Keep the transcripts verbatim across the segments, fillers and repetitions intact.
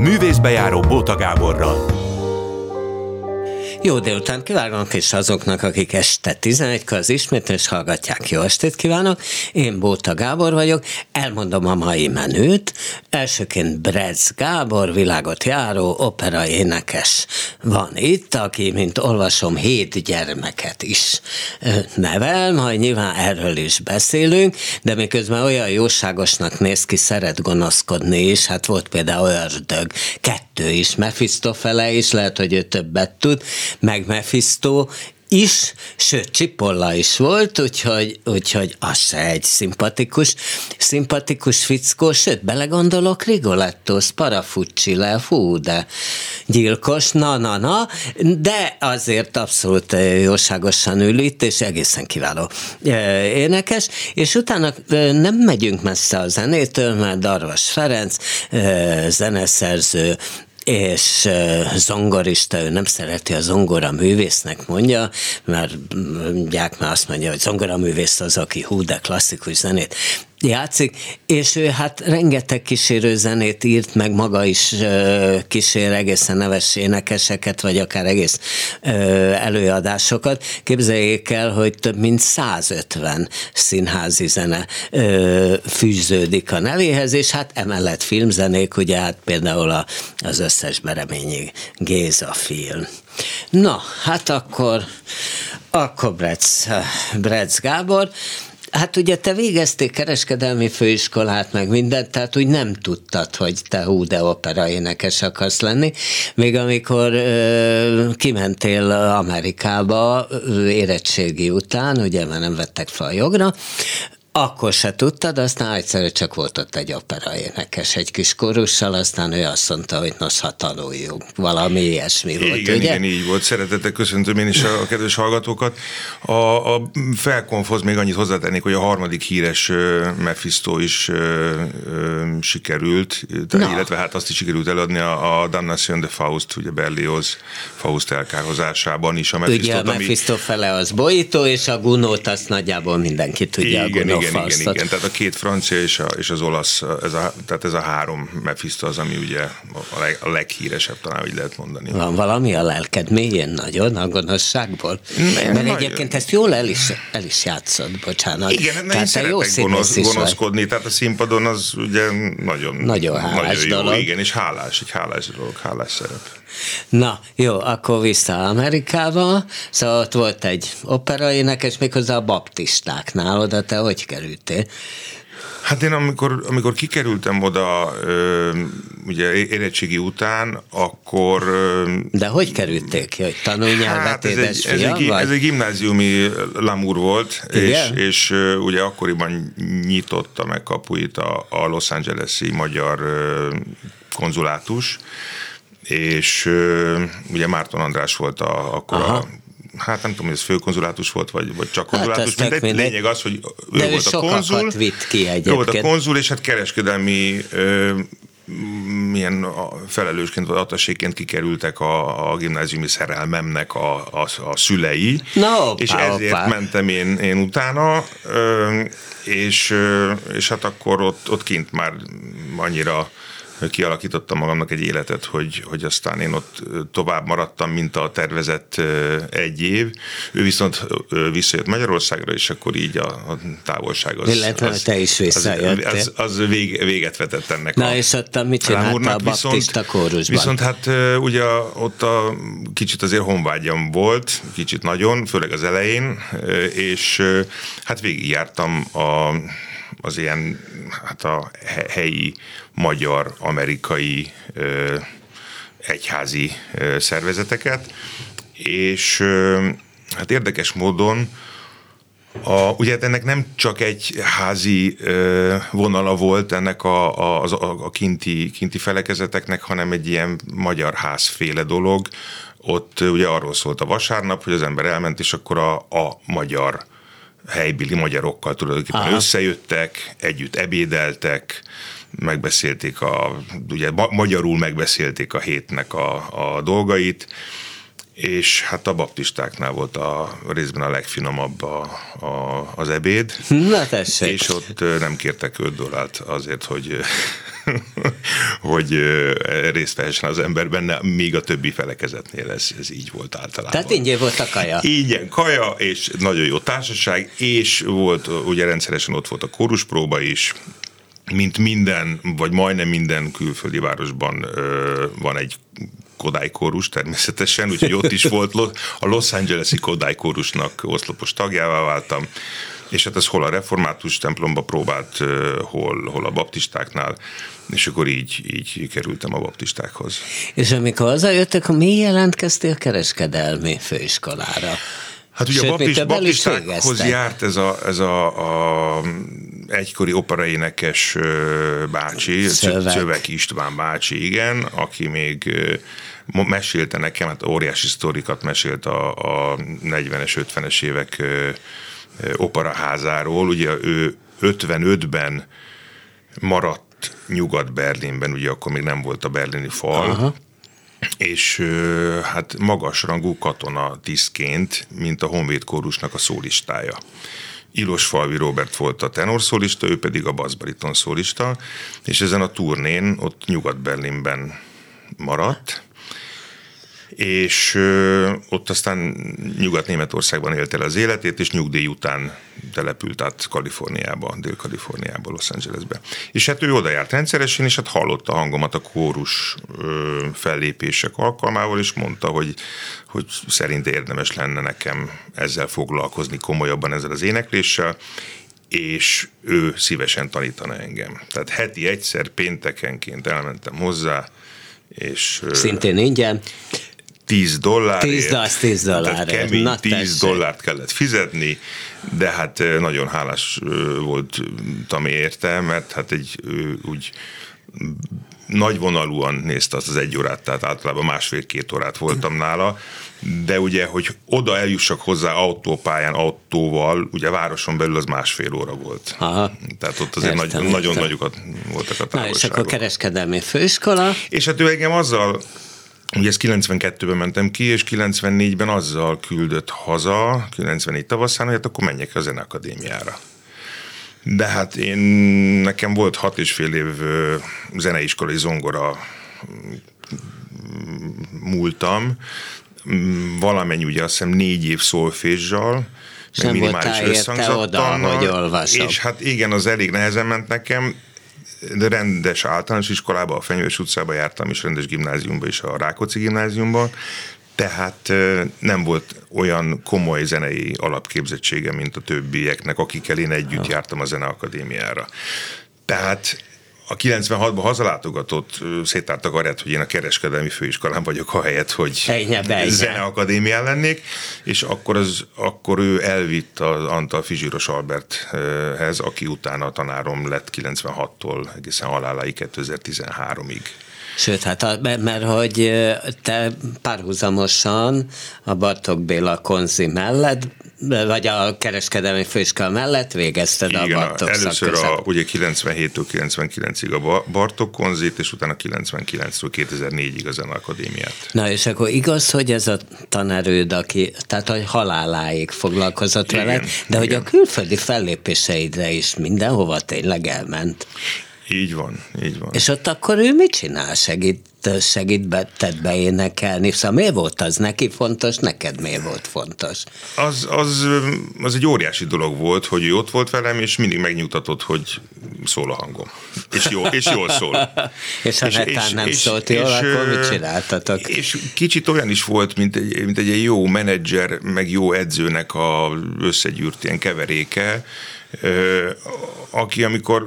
Művészbejáró Bóta Gáborral. Jó délután kívánok, és azoknak, akik este tizenegykor az ismétlést hallgatják, jó estét kívánok. Én Bóta Gábor vagyok, elmondom a mai menüt. Elsőként Bretz Gábor, világot járó opera énekes van itt, aki, mint olvasom, hét gyermeket is nevel, majd nyilván erről is beszélünk, de miközben olyan jóságosnak néz ki, szeret gonoszkodni is, hát volt például ördög, kettő is, Mephistofele is, lehet, hogy ő többet tud, meg Mephisto is, sőt, Csipolla is volt, úgyhogy, úgyhogy az se egy szimpatikus, szimpatikus fickó, sőt, belegondolok, Rigoletto, Sparafucci le, fú, de gyilkos, na-na-na, de azért abszolút jóságosan ül itt, és egészen kiváló énekes, és utána nem megyünk messze a zenétől, mert Darvas Ferenc, zeneszerző, és zongorista, ő nem szereti a zongora művésznek mondja, mert mondják, már azt mondja, hogy zongora művész az, aki hú, de klasszikus zenét játszik, és ő hát rengeteg kísérő zenét írt, meg maga is kísér egészen neves énekeseket, vagy akár egész előadásokat. Képzeljék el, hogy több mint százötven színházi zene fűződik a nevéhez, és hát emellett filmzenék, ugye hát például az összes Bereményi Géza film. Na, hát akkor, akkor Bretz, Bretz Gábor. Hát ugye te végeztél kereskedelmi főiskolát, meg mindent, tehát úgy nem tudtad, hogy te hú, de opera énekes akarsz lenni. Még amikor ö, kimentél Amerikába érettségi után, ugye már nem vettek fel a jogra, akkor se tudtad, aztán egyszerűen csak volt ott egy opera énekes, egy kis korussal, aztán ő azt mondta, hogy nos, ha tanuljunk. Valami ilyesmi volt, igen, ugye? Igen, így volt. Szeretettel köszöntöm én is a kedves hallgatókat. A, a Felkonfhoz még annyit hozzátennék, hogy a harmadik híres uh, Mephisto is uh, uh, sikerült, no. illetve hát azt is sikerült eladni a, a Damnation de Faust, ugye Berlioz Faust elkárhozásában is. A Mephistot, ugye a Mephisto ami... fele az Boito, és a Gunót azt nagyjából mindenki tudja, igen, a Gunó. Igen, igen, igen, tehát a két francia és, a, és az olasz, ez a, tehát ez a három Mephisto az, ami ugye a, leg, a leghíresebb, talán úgy lehet mondani. Van valami a lelked mélyén nagyon, a gonoszságból? Nem, Mert egyébként nagyon... ezt jól el is, el is játszott, bocsánat. Igen, tehát én szeretek gonosz, gonoszkodni, tehát a színpadon az ugye nagyon, nagyon hálás nagyon jó, dolog. Igen, és hálás, egy hálás dolog, hálás szerep. Na, jó, akkor vissza Amerikába, szóval ott volt egy operaénekes, méghozzá a baptistáknál, oda te hogy kerültél? Hát én amikor, amikor kikerültem oda ö, ugye érettségi után, akkor... Ö, De hogy kerültél ki, hogy tanulnyelvet hát édes ez fiam, egy, ez, egy, vagy? ez egy gimnáziumi lamúr volt, igen? és, és ö, ugye akkoriban nyitotta meg kapuit a, a Los Angeles-i magyar ö, konzulátus, és ö, ugye Márton András volt a, akkor Aha. a hát nem tudom, hogy ez főkonzulátus volt, vagy, vagy csak konzulátus, hát mindegy. Lényeg az, hogy ő de volt ő a konzul, vitt ki egyébként. ő volt a konzul, és hát kereskedelmi ö, milyen felelősként vagy attaséként kikerültek a, a gimnáziumi szerelmemnek a, a, a szülei, no, és opa, ezért opa. mentem én, én utána, ö, és, és hát akkor ott, ott kint már annyira kialakítottam magamnak egy életet, hogy, hogy aztán én ott tovább maradtam, mint a tervezett egy év. Ő viszont visszajött Magyarországra, és akkor így a, a távolság az... Illetve az, te is visszajöttél. Az, az, az vég, véget vetett ennek. Na a és ott mit csinálta a baptista kórusban? Viszont hát ugye ott a kicsit azért honvágyam volt, kicsit nagyon, főleg az elején, és hát végigjártam a az ilyen, hát a helyi, magyar, amerikai ö, egyházi ö, szervezeteket, és ö, hát érdekes módon a, ugye ennek nem csak egy házi ö, vonala volt ennek a, a, a, a kinti, kinti felekezeteknek, hanem egy ilyen magyar házféle dolog. Ott ugye arról szólt a vasárnap, hogy az ember elment, és akkor a, a magyar helybéli magyarokkal tulajdonképpen Aha. összejöttek, együtt ebédeltek, megbeszélték a, ugye magyarul megbeszélték a hétnek a, a dolgait, és hát a baptistáknál volt a részben a legfinomabb a, a, az ebéd. Na tessék. És ott nem kértek öt dollárt azért, hogy hogy részt vehessen az ember benne, még a többi felekezetnél ez, ez így volt általában. Tehát ingyen volt a kaja. Ingyen kaja, és nagyon jó társaság, és volt, ugye rendszeresen ott volt a kóruspróba is, mint minden, vagy majdnem minden külföldi városban ö, van egy Kodály kórus természetesen, úgyhogy ott is volt a Los Angeles-i Kodály kórusnak oszlopos tagjává váltam, és hát ez hol a református templomba próbált, hol, hol a baptistáknál, és akkor így, így kerültem a baptistákhoz. És amikor hazajöttek, mi jelentkeztél a kereskedelmi főiskolára? Hát ugye Sőt, a baptist, baptistákhoz járt ez a, ez a, a egykori operaénekes bácsi, Czövek István bácsi, igen, aki még mesélte nekem, hát óriási sztorikat mesélt a, a negyvenes, ötvenes évek operaházáról. Ugye ő ötvenötben maradt Nyugat-Berlinben, ugye akkor még nem volt a berlini fal, aha. És hát magasrangú katona tisztként, mint a Honvéd kórusnak a szólistája. Ilosfalvi Róbert volt a tenorszólista, ő pedig a basszbariton szólista, és ezen a turnén ott Nyugat-Berlinben maradt, és ö, ott aztán Nyugat-Németországban élte el az életét, és nyugdíj után települt át Kaliforniába, Dél-Kaliforniába, Los Angelesbe. És hát ő oda járt rendszeresen, és hát hallotta a hangomat a kórus ö, fellépések alkalmával, és mondta, hogy, hogy szerint érdemes lenne nekem ezzel foglalkozni komolyabban, ezzel az énekléssel, és ő szívesen tanítana engem. Tehát heti egyszer péntekenként elmentem hozzá, és... Szintén ingyen? tíz dollárért. tíz dollár, tíz dollárért. Tehát kemény Na, tíz dollárt kellett fizetni, de hát nagyon hálás voltam érte, mert hát egy úgy nagyvonalúan nézte azt az egy órát, tehát általában másfél-két órát voltam nála, de ugye, hogy oda eljussak hozzá autópályán, autóval, ugye városon belül az másfél óra volt. Aha. Tehát ott azért értem, nagy, értem. nagyon nagyokat voltak a távolságok. Na és akkor kereskedelmi főiskola. És hát ő engem azzal, ugye ezt kilencvenkettőben mentem ki, és kilencvennégyben azzal küldött haza, kilencvennégy tavaszán, hogy hát akkor menjek a Zeneakadémiára. De hát én, nekem volt hat és fél év zeneiskolai zongora múltam, valamennyi ugye azt hiszem négy év szolfézzsal, meg minimális összhangzattal, és hát igen, az elég nehezen ment nekem, de rendes általános iskolába, a Fenyős utcába jártam, és rendes gimnáziumba is, a Rákóczi gimnáziumban, tehát nem volt olyan komoly zenei alapképzettsége, mint a többieknek, akikkel én együtt jártam a Zeneakadémiára. Tehát a kilencvenhatban hazalátogatott széttártak arra, hogy én a kereskedelmi főiskolán vagyok, ahelyett, hogy Zeneakadémián lennék, és akkor, az, akkor ő elvitt az Antal Fizsiros Alberthez, aki utána a tanárom lett kilencvenhattól egészen haláláig kétezer-tizenháromig. Sőt, hát a, mert hogy te párhuzamosan a Bartók Béla Konzi mellett, vagy a kereskedelmi főiskola mellett végezted. Igen, a Bartók először a, ugye kilencvenhéttől kilencvenkilencig a Bartók Konzit, és utána kilencvenkilenctől kétezer-négyig a Zeneakadémiát. Na és akkor igaz, hogy ez a tanárőd, aki, tehát hogy haláláig foglalkozott igen, veled, de igen. Hogy a külföldi fellépéseidre is mindenhova tényleg elment. Így van, így van. És ott akkor ő mit csinál? Segít, segít be, tett beénekelni? Szóval miért volt az neki fontos, neked miért volt fontos? Az, az, az egy óriási dolog volt, hogy ő ott volt velem, és mindig megnyugtatott, hogy szól a hangom. És, jó, és jól szól. és ha netán nem és, szólt jól, és, akkor mit csináltatok? És kicsit olyan is volt, mint egy, mint egy jó menedzser, meg jó edzőnek a összegyűrt ilyen keveréke, aki amikor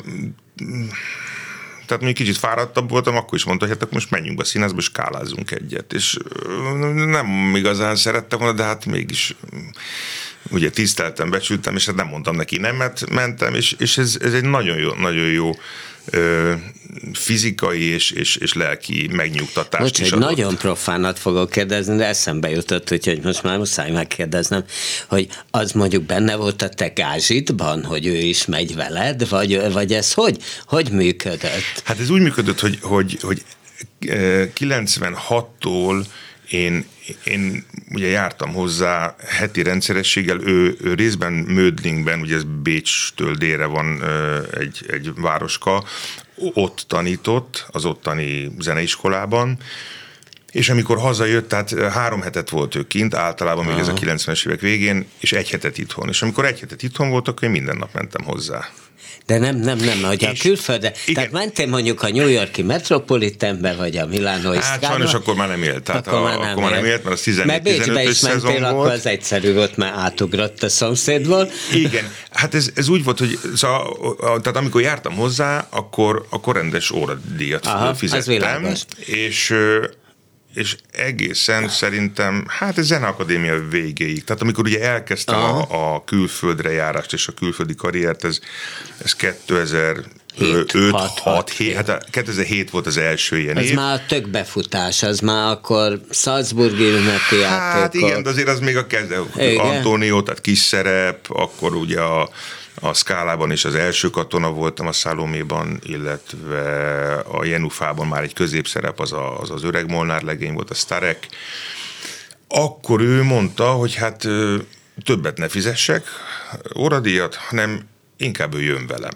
tehát még kicsit fáradtabb voltam, akkor is mondta, hogy hát akkor most menjünk be a színházba, és kálázzunk egyet. És nem igazán szerettem volna, de hát mégis ugye tiszteltem, becsültem, és hát nem mondtam neki nemet, mentem, és, és ez, ez egy nagyon jó, nagyon jó ö, fizikai és, és, és lelki megnyugtatást Bocs, is adott. Nagyon profánat fogok kérdezni, de eszembe jutott, úgyhogy most már muszáj megkérdeznem, hogy az mondjuk benne volt a te gázsidban, hogy ő is megy veled, vagy, vagy ez hogy, hogy működött? Hát ez úgy működött, hogy, hogy, hogy kilencvenhattól én, én ugye jártam hozzá heti rendszerességgel, ő, ő részben Mödlingben, ugye ez Bécstől délre van egy, egy városka, ott tanított, az ottani zeneiskolában, és amikor hazajött, tehát három hetet volt ő kint, általában még ez a kilencvenes évek végén, és egy hetet itthon. És amikor egy hetet itthon volt, akkor én minden nap mentem hozzá. De nem, nem, nem, hogy a külföldre. Tehát mentél mondjuk a New York-i Metropolitanbe, vagy a Milánói Hát Scala, sajnos akkor már nem élt. Tehát akkor, a, már, nem akkor már nem élt, mert az tizennégy-tizenötös szezon mentél, volt. Akkor az egyszerű volt, mert átugrott a szomszédból. Igen, hát ez, ez úgy volt, hogy szóval, tehát amikor jártam hozzá, akkor, akkor rendes óradíjat Aha, fizettem. És és egészen szerintem, hát ez zeneakadémia végéig. Tehát amikor ugye elkezdtem a, a külföldre járást és a külföldi karriert, ez, ez kétezer-öt hat hét, hát kétezer-hét volt az első ilyen ez év. Ez már a tök befutás, az már akkor Salzburgi ünnepi játékok. Hát igen, de azért az még a kezdő. Antonio, tehát kis szerep, akkor ugye a A Scalában is az első katona voltam, a Saloméban, illetve a Jenufában már egy középszerep, az a, az, az öreg Molnár legény volt, a Starek. Akkor ő mondta, hogy hát többet ne fizessek óradíjat, hanem inkább ő jön velem.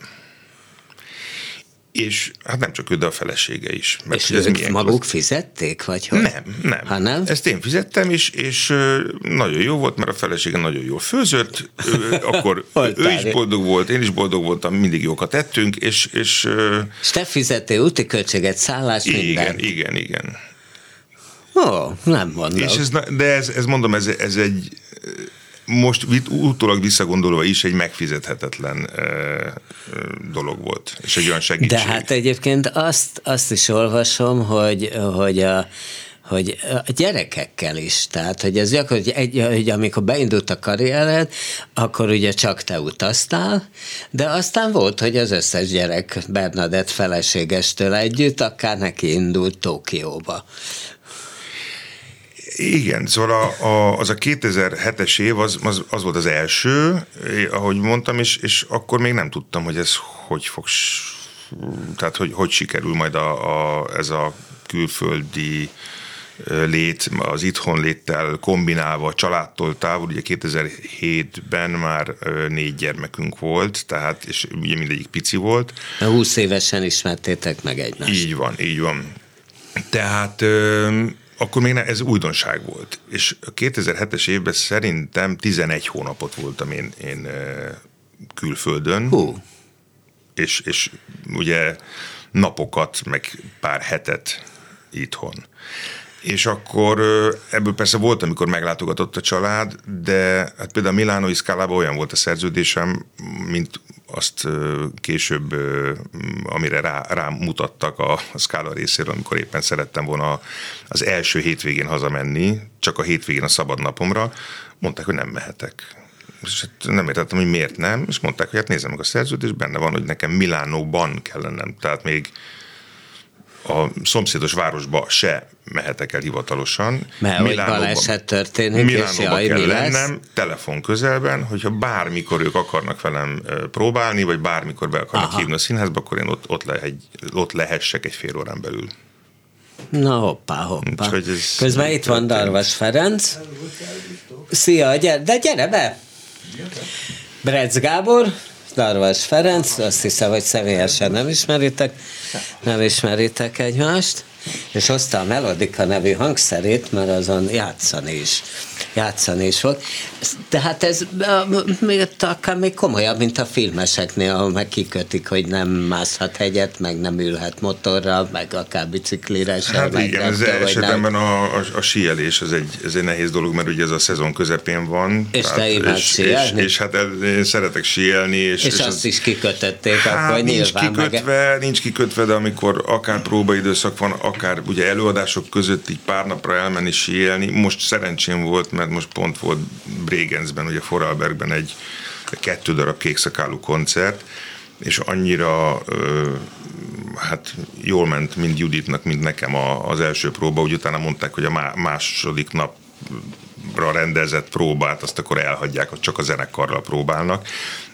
És hát nem csak ő, de a felesége is. Mert és ők maguk klassz... fizették, vagy hogy? Nem, nem. Ha nem. Ezt én fizettem is, és nagyon jó volt, mert a felesége nagyon jól főzött, akkor ő is boldog volt, én is boldog voltam, mindig jókat ettünk, és... És, és te fizettél úti költséget, szállás, igen, minden? Igen, igen, Ó, nem mondom. És ez, de ez, ez mondom, ez, ez egy... most utólag visszagondolva is egy megfizethetetlen dolog volt, és egy olyan segítség. De hát egyébként azt, azt is olvasom, hogy, hogy a hogy a gyerekekkel is, tehát, hogy ez gyakorlatilag, hogy, hogy amikor beindult a karriered, akkor ugye csak te utaztál, de aztán volt, hogy az összes gyerek Bernadett feleségestől együtt, akár neki indult Tokióba. Igen, szóval a, a, az a kétezer-hetes év az, az, az volt az első, ahogy mondtam, és, és akkor még nem tudtam, hogy ez hogy fog, tehát hogy, hogy sikerül majd a, a, ez a külföldi lét, az itthon léttel kombinálva, családtól távol, ugye kétezer-hétben már négy gyermekünk volt, tehát, és ugye mindegyik pici volt. húsz évesen ismertétek meg egymást. Így van, így van. Tehát akkor még ne, ez újdonság volt. És a kétezer-hetes évben szerintem tizenegy hónapot voltam én, én külföldön. Hú. És, és ugye napokat, meg pár hetet itthon. És akkor ebből persze volt, amikor meglátogatott a család, de hát például a Milánói Scalában olyan volt a szerződésem, mint azt később, amire rá, rá mutattak a, a Scala részéről, amikor éppen szerettem volna az első hétvégén hazamenni, csak a hétvégén a szabad napomra, mondták, hogy nem mehetek. És nem értettem, hogy miért nem, és mondták, hogy hát nézzem meg a szerződést, benne van, hogy nekem Milánóban kell lennem, tehát még a szomszédos városba se mehetek el hivatalosan. Mert hogy baleset történik, Milánóba és jaj, kell mi lennem, lesz? telefon közelben, hogyha bármikor ők akarnak velem próbálni, vagy bármikor be akarnak Aha. hívni a színházba, akkor én ott, ott, lehet, ott lehessek egy fél órán belül. Na hoppá, hoppá. Közben itt van Darvas Ferenc. Szia, gyere, de gyere be! Brecz Gábor, Darvas Ferenc, azt hiszem, hogy személyesen nem ismeritek, nem ismeritek egymást, és hozta a Melodika nevű hangszerét, mert azon játszani is, játszani is volt. Tehát ez még, akár még komolyabb, mint a filmeseknél, ahol meg kikötik, hogy nem mászhat hegyet, meg nem ülhet motorra, meg akár biciklire sem. Hát igen, ez esetemben a, a, a síelés, ez egy, ez egy nehéz dolog, mert ugye ez a szezon közepén van. És tehát, te imádsz síelni? És, és hát én szeretek síelni. És, és, és azt az, is kikötötték, hát akkor nincs kikötve, meg... nincs kikötve, de amikor akár próbaidőszak van, akár ugye előadások között így pár napra elmenni síelni. Most szerencsém volt, mert most pont volt Bregenzben, ugye Vorarlbergben egy kettő darab kékszakálú koncert, és annyira ö, hát jól ment mind Juditnak, mind nekem a, az első próba, úgy utána mondták, hogy a második napra rendezett próbát, azt akkor elhagyják, hogy csak a zenekarral próbálnak.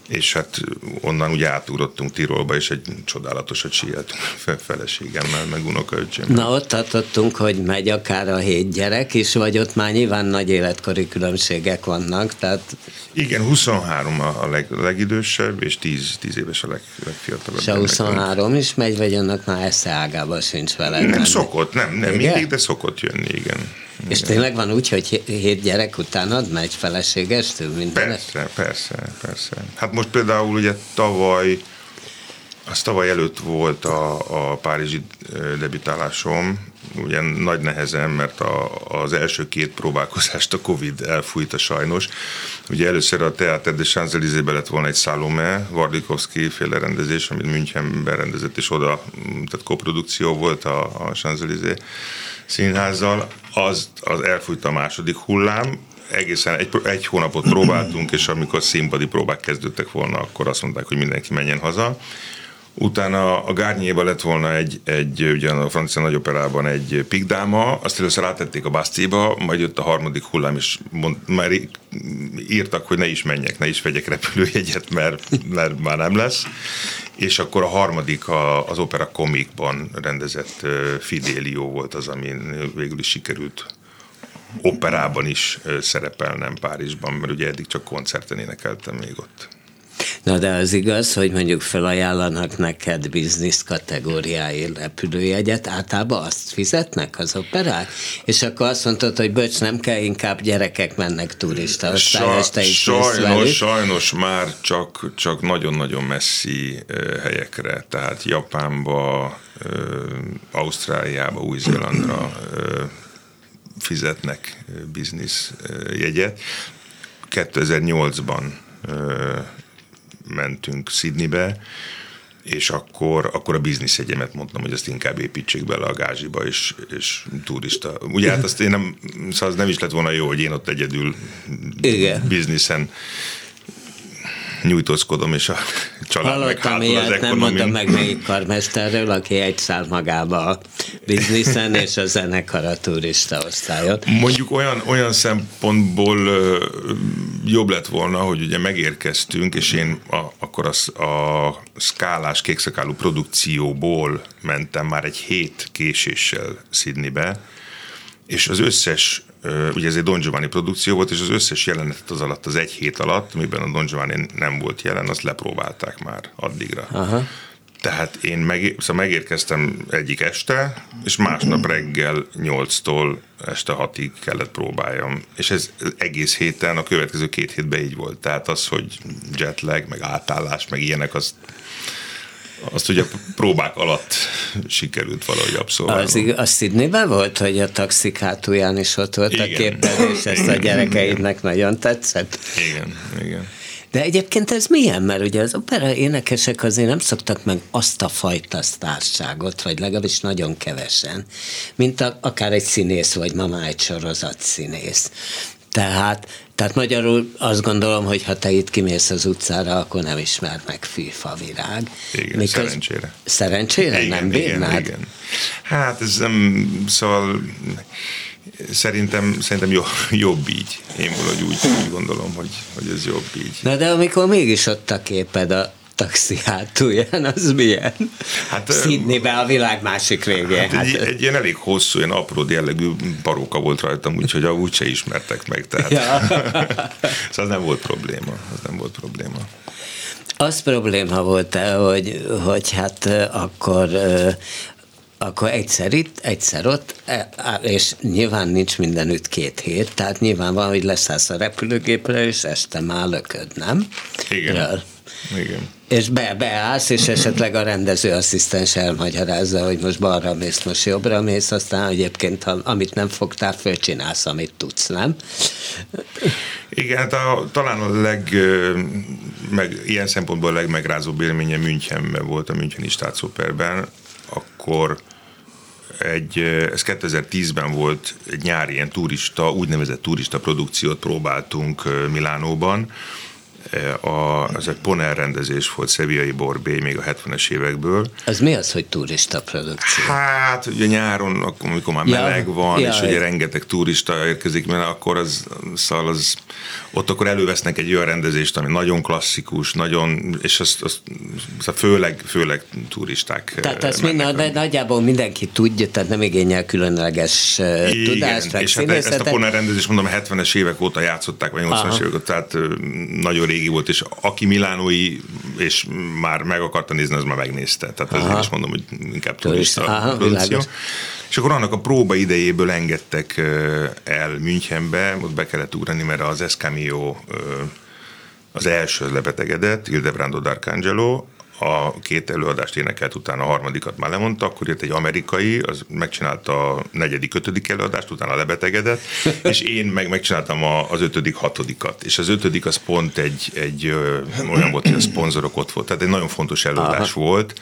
és hát onnan ugye átugrottunk Tirolba, és egy csodálatosat síeltünk feleségemmel, meg unokaöcsémmel. Na, ott tartottunk, hogy megy akár a hét gyerek is, vagy ott már nyilván nagy életkori különbségek vannak, tehát... Igen, huszonhárom a leg, legidősebb, és tíz, tíz éves a leg, legfiatalabb. És a huszonhárom is megy, vagy annak már esze ágában sincs vele? Nem menni. Szokott, nem, nem igen? mindig, de szokott jönni, igen. És igen. Tényleg van úgy, hogy hét gyerek utánad megy feleségestől minden? Persze, persze, persze. Hát most például ugye tavaly, az tavaly előtt volt a, a párizsi debütálásom, ugye nagy nehezen, mert a, az első két próbálkozást a Covid elfújta sajnos. Ugye először a Théâtre des Champs-Élysées-ben lett volna egy Salomé, Warlikowski féle rendezés, amit Münchenben rendezett, és oda, tehát koprodukció volt a, a Champs-Élysées színházzal. Az, az elfújta a második hullám, egészen egy, egy hónapot próbáltunk, és amikor színpadi próbák kezdődtek volna, akkor azt mondták, hogy mindenki menjen haza. Utána a Garnier-ban lett volna egy, egy ugyan a francia nagyoperában egy Pigdáma, azt először átették a Bastille-ba, majd jött a harmadik hullám, és mond, már írtak, hogy ne is menjek, ne is vegyek repülőjegyet, mert, mert már nem lesz. És akkor a harmadik a, az Opera Comique-ban rendezett Fidelio volt az, amin végül is sikerült operában is szerepelnem Párizsban, mert ugye eddig csak koncerten énekeltem még ott. Na de az igaz, hogy mondjuk felajánlanak neked biznisz kategóriái repülőjegyet, általában azt fizetnek az operák? És akkor azt mondtad, hogy böcs, nem kell, inkább gyerekek mennek turista osztályra, és te is sajnos, sajnos már csak, csak nagyon-nagyon messzi helyekre, tehát Japánba, Ausztráliába, Új-Zélandra fizetnek biznisz jegyet. kétezer-nyolcban mentünk Sydneybe, és akkor, akkor a bizniszjegyemet mondtam, hogy azt inkább építsék bele a gázsiba, és, és turista. Ugye hát azt én nem, szóval az nem is lett volna jó, hogy én ott egyedül igen. bizniszen nyújtózkodom, és a család meg hátul az ekonomin. Nem mondtam meg melyik karmesterről, aki egy száll magába a bizniszen, és a zenekar a turista osztályon. Mondjuk olyan, olyan szempontból ö, jobb lett volna, hogy ugye megérkeztünk, és én a, akkor az, a szkálás, kékszakálú produkcióból mentem már egy hét késéssel Sydneybe, és az összes, ugye ez egy Don Giovanni produkció volt, és az összes jelenetet az alatt, az egy hét alatt, amiben a Don Giovanni nem volt jelen, azt lepróbálták már addigra. Aha. Tehát én meg, szóval megérkeztem egyik este, és másnap reggel nyolctól este hatig kellett próbáljam. És ez egész héten, a következő két hétben így volt. Tehát az, hogy jetlag, meg átállás, meg ilyenek, az azt ugye próbák alatt sikerült valahogy abszolválnom. Az, az Sydneyben volt, hogy a taxik hátulján is ott volt igen. a képen, és ezt a gyerekeidnek nagyon tetszett? Igen, igen. De egyébként ez milyen? Mert ugye az opera énekesek azért nem szoktak meg azt a fajta sztárságot, vagy legalábbis nagyon kevesen, mint a, akár egy színész, vagy ma már egy sorozat színész. Tehát, tehát magyarul azt gondolom, hogy ha te itt kimész az utcára, akkor nem ismer meg fűfavirág. Igen, Mikor szerencsére. Szerencsére? Igen, nem bírnád? Igen, igen. Hát ez nem, szóval szerintem, szerintem jobb, jobb így. Én valahogy úgy, úgy gondolom, hogy, hogy ez jobb így. Na de amikor mégis ott a képed a taxi hátulján, az milyen? Hát, Sydneyben, a világ másik végén. Hát hát. Egy, egy ilyen elég hosszú, ilyen apró jellegű paróka volt rajtam, úgyhogy úgy se ismertek meg, tehát ja. szóval nem volt probléma. Az nem volt probléma. Az probléma volt-e, hogy, hogy hát akkor akkor egyszer itt, egyszer ott, és nyilván nincs mindenütt két hét, tehát nyilván van, hogy leszállsz a repülőgépre, és este már lököd, nem? Igen. Ről. Igen. És be, beállsz, és esetleg a rendezőasszisztens elmagyarázza, hogy most balra mész, most jobbra mész, aztán egyébként, ha, amit nem fogtál, fölcsinálsz, amit tudsz, nem? Igen, hát a, talán a leg, meg, ilyen szempontból a legmegrázóbb élménye Münchenben volt, a Müncheni Staatsoperben, akkor egy, ez kétezer-tízben volt, egy nyári ilyen turista, úgynevezett turista produkciót próbáltunk Milánóban. A, ez egy Poner rendezés volt, Sevillai Borbély még a hetvenes évekből. Ez mi az, hogy turista produkció? Hát ugye nyáron, akkor, amikor már meleg ja, van, ja, és ugye rengeteg turista érkezik, mert akkor az, szóval az, ott akkor elővesznek egy olyan rendezést, ami nagyon klasszikus, nagyon, és azt, azt főleg, főleg turisták. Tehát ezt minden, de nagyjából mindenki tudja, tehát nem igényel különleges igen, tudást, meg és hát ezt a Poner rendezést mondom, a hetvenes évek óta játszották, vagy nyolcvanas évek óta, tehát nagyon régi volt, és aki milánói, és már meg akarta nézni, az már megnézte. Tehát aha. Ezért is mondom, hogy inkább turista produkció. És akkor annak a próba idejéből engedtek el Münchenbe, ott be kellett ugrani, mert az Escamillo az első lebetegedett, Ildebrando d'Arcangelo, a két előadást énekelt, utána a harmadikat már lemondta, akkor jött egy amerikai, az megcsinálta a negyedik, ötödik előadást, utána lebetegedett, és én meg megcsináltam a, az ötödik, hatodikat. És az ötödik az pont egy, egy ö, olyan volt, hogy a szponzorok ott volt, tehát egy nagyon fontos előadás aha. volt,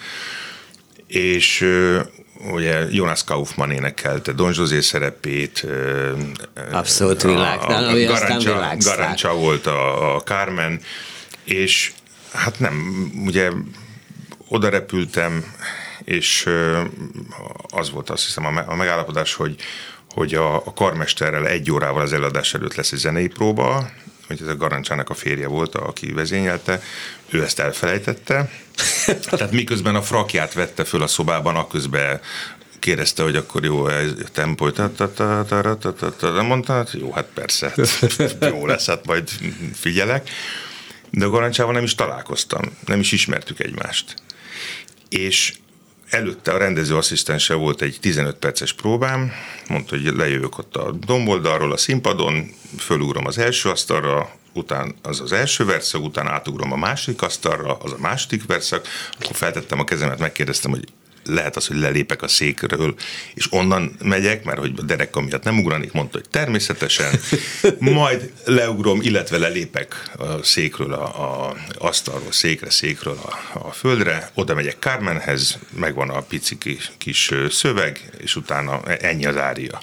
és ö, ugye Jonas Kaufmann énekelte Don José szerepét. Abszolút világnál, a, a Garancsa volt a, a Carmen, és hát nem, ugye oda repültem, és az volt azt hiszem a megállapodás, hogy, hogy a, a karmesterrel egy órával az előadás előtt lesz egy zenei próba, hogy ez a Garancsának a férje volt, aki vezényelte, ő ezt elfelejtette. Tehát miközben a frakját vette föl a szobában, akközben kérdezte, hogy akkor jó, ez a tempó, mondta, jó, hát persze, jó lesz, hát majd figyelek. De a Garancsával nem is találkoztam, nem is ismertük egymást. És előtte a rendezőasszisztense volt egy tizenöt perces próbám, mondta, hogy lejövök ott a domboldalról a színpadon, fölugrom az első asztalra, után az az első verszak, utána átugrom a második asztalra, az a második verszak, akkor feltettem a kezemet, megkérdeztem, hogy lehet az, hogy lelépek a székről, és onnan megyek, mert hogy a dereka miatt nem ugranik, mondta, hogy természetesen, majd leugrom, illetve lelépek a székről, a, a asztalról, székre, székről a, a földre, oda megyek Carmenhez, megvan a pici kis, kis szöveg, és utána ennyi az ária.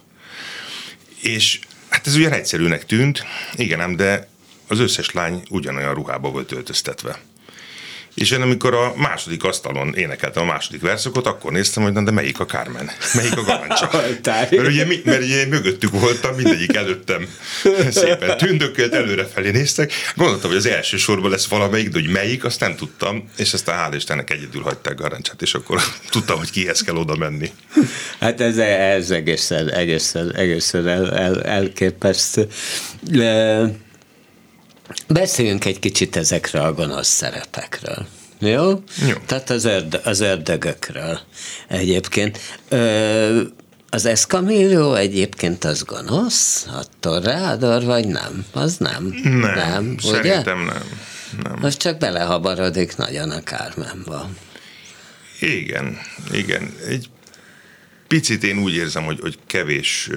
És hát ez ugyan egyszerűnek tűnt, igen, ám, de az összes lány ugyanolyan ruhába volt öltöztetve. És én amikor a második asztalon énekeltem a második verszakot, akkor néztem, hogy na, de melyik a Carmen? Melyik a Garancsa? mert, ugye, mert ugye mögöttük voltam, mindegyik előttem szépen tündökölt, előrefelé néztek. Gondoltam, hogy az első sorban lesz valamelyik, de hogy melyik, azt nem tudtam, és aztán hál' Istennek egyedül hagyták Garancsát, és akkor tudtam, hogy kihez kell oda menni. Hát ez, ez egészen, egészen, egészen el, el, elképesztő. Le... Beszéljünk egy kicsit ezekről a gonosz szerepekről. Jó? Jó. Tehát az, örd, az ördögökről egyébként. Ö, az Escamillo egyébként az gonosz? A Torreador vagy nem? Az nem? Nem, nem szerintem ugye? nem. nem. Az csak belehabarodik nagyon a Carmenba. Igen, igen. Egy picit én úgy érzem, hogy, hogy kevés,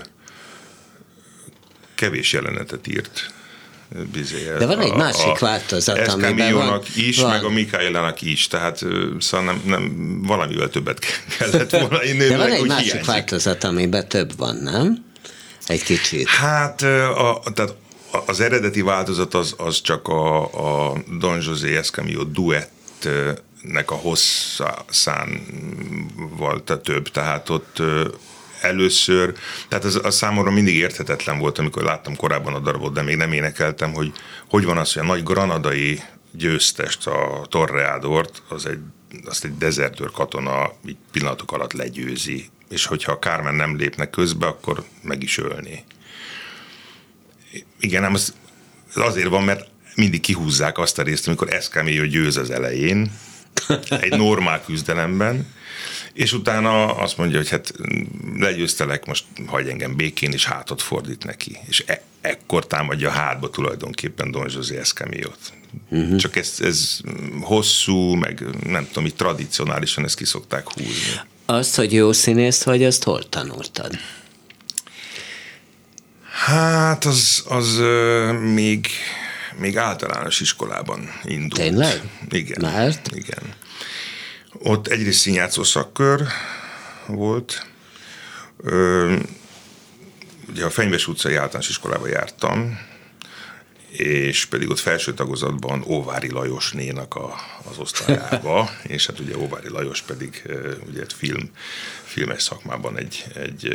kevés jelenetet írt. Bizél. De van egy a, másik a változat, amiben van... is, van. Meg a Michaelának is, tehát szóval nem, nem valamivel többet kellett volna. Én De van egy másik hiányzik. változat, amiben több van, nem? Egy kicsit. Hát a, tehát az eredeti változat az, az csak a, a Don José Escamillo duettnek a hosszán volt több, tehát ott először, tehát az, az számomra mindig érthetetlen volt, amikor láttam korábban a darabot, de még nem énekeltem, hogy hogy van az, hogy a nagy granadai győztest, a Torreadort, az egy, azt egy dezertőr katona így pillanatok alatt legyőzi, és hogyha a Carmen nem lépne közbe, akkor meg is ölni. Igen, nem, az azért van, mert mindig kihúzzák azt a részt, amikor Escamillo győz az elején, egy normál küzdelemben, és utána azt mondja, hogy hát legyőztelek, most hagyj engem békén, és hátot fordít neki. És e- ekkor támadja hátba tulajdonképpen Don José Escamillót. Uh-huh. Csak ez, ez hosszú, meg nem tudom, így tradicionálisan ezt ki szokták húzni. Azt, hogy jó színész vagy, azt hol tanultad? Hát az, az euh, még, még általános iskolában indult. Tényleg? Igen. Mert? Igen. Ott egyrészt színjátszó szakkör volt. Ö, ugye a Fenyves utcai általános iskolába jártam, és pedig ott felső tagozatban Óvári Lajosnénak a, az osztályába, és hát ugye Óvári Lajos pedig ugye film, filmes szakmában egy, egy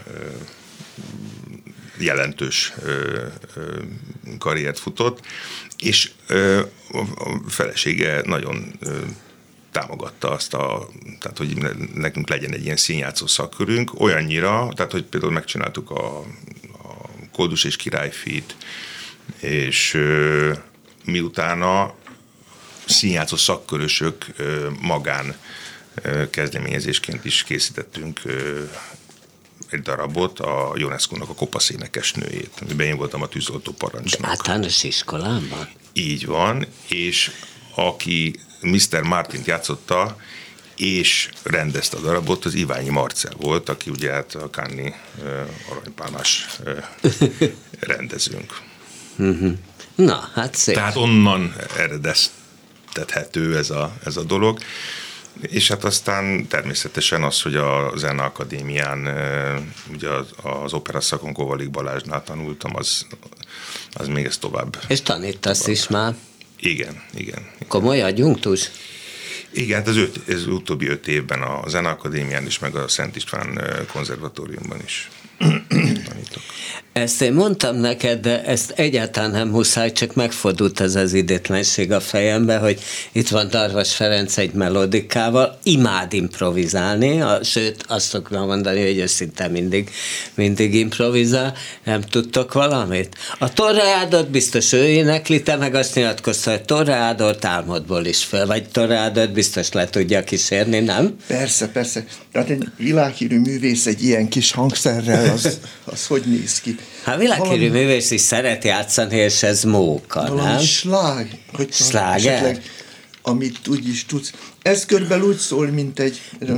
jelentős karriert futott, és a felesége nagyon támogatta azt, a, tehát hogy nekünk legyen egy ilyen színjátszó szakkörünk, olyannyira, tehát hogy például megcsináltuk a, a Koldus és Királyfit, és ö, miutána színjátszó szakkörösök ö, magán ö, kezdeményezésként is készítettünk ö, egy darabot, a UNESCO-nak a kopasz énekesnőjét, amiben én voltam a tűzoltó parancsnok. De általános iskolában? Így van, és aki miszter Martint játszotta, és rendezte a darabot, az Iványi Marcell volt, aki ugye hát a Cannes-i uh, aranypálmás uh, rendezőnk. Na, hát szép. Tehát onnan eredeztethető ez a, ez a dolog. És hát aztán természetesen az, hogy a Zene Akadémián ugye az, az opera szakon Kovalik Balázsnál tanultam, az, az még ez tovább. És tanítasz tovább. Is már? Igen, igen. Komoly adjunktus? Igen, hát az, öt, az utóbbi öt évben a Zene Akadémián is, meg a Szent István konzervatóriumban is tanítok. Ezt én mondtam neked, de ezt egyáltalán nem muszáj, csak megfordult ez az idétlenség a fejembe, hogy itt van Darvas Ferenc egy melodikával, imád improvizálni, a, sőt, azt szoktam mondani, hogy ő szinte mindig, mindig improvizál, nem tudtok valamit? A Torreádort biztos ő énekli, te meg azt nyilatkozta, hogy Torreádort álmodból is föl, vagy Torreádort biztos le tudja kísérni, nem? Persze, persze. Tehát egy világhírű művész egy ilyen kis hangszerrel, az, az hogy néz ki? Hát világhírű művész is szeret játszani, és ez móka, valami nem? slág, hogy Sláger? esetleg, amit úgy is tudsz. Ez körülbelül úgy szól, mint egy...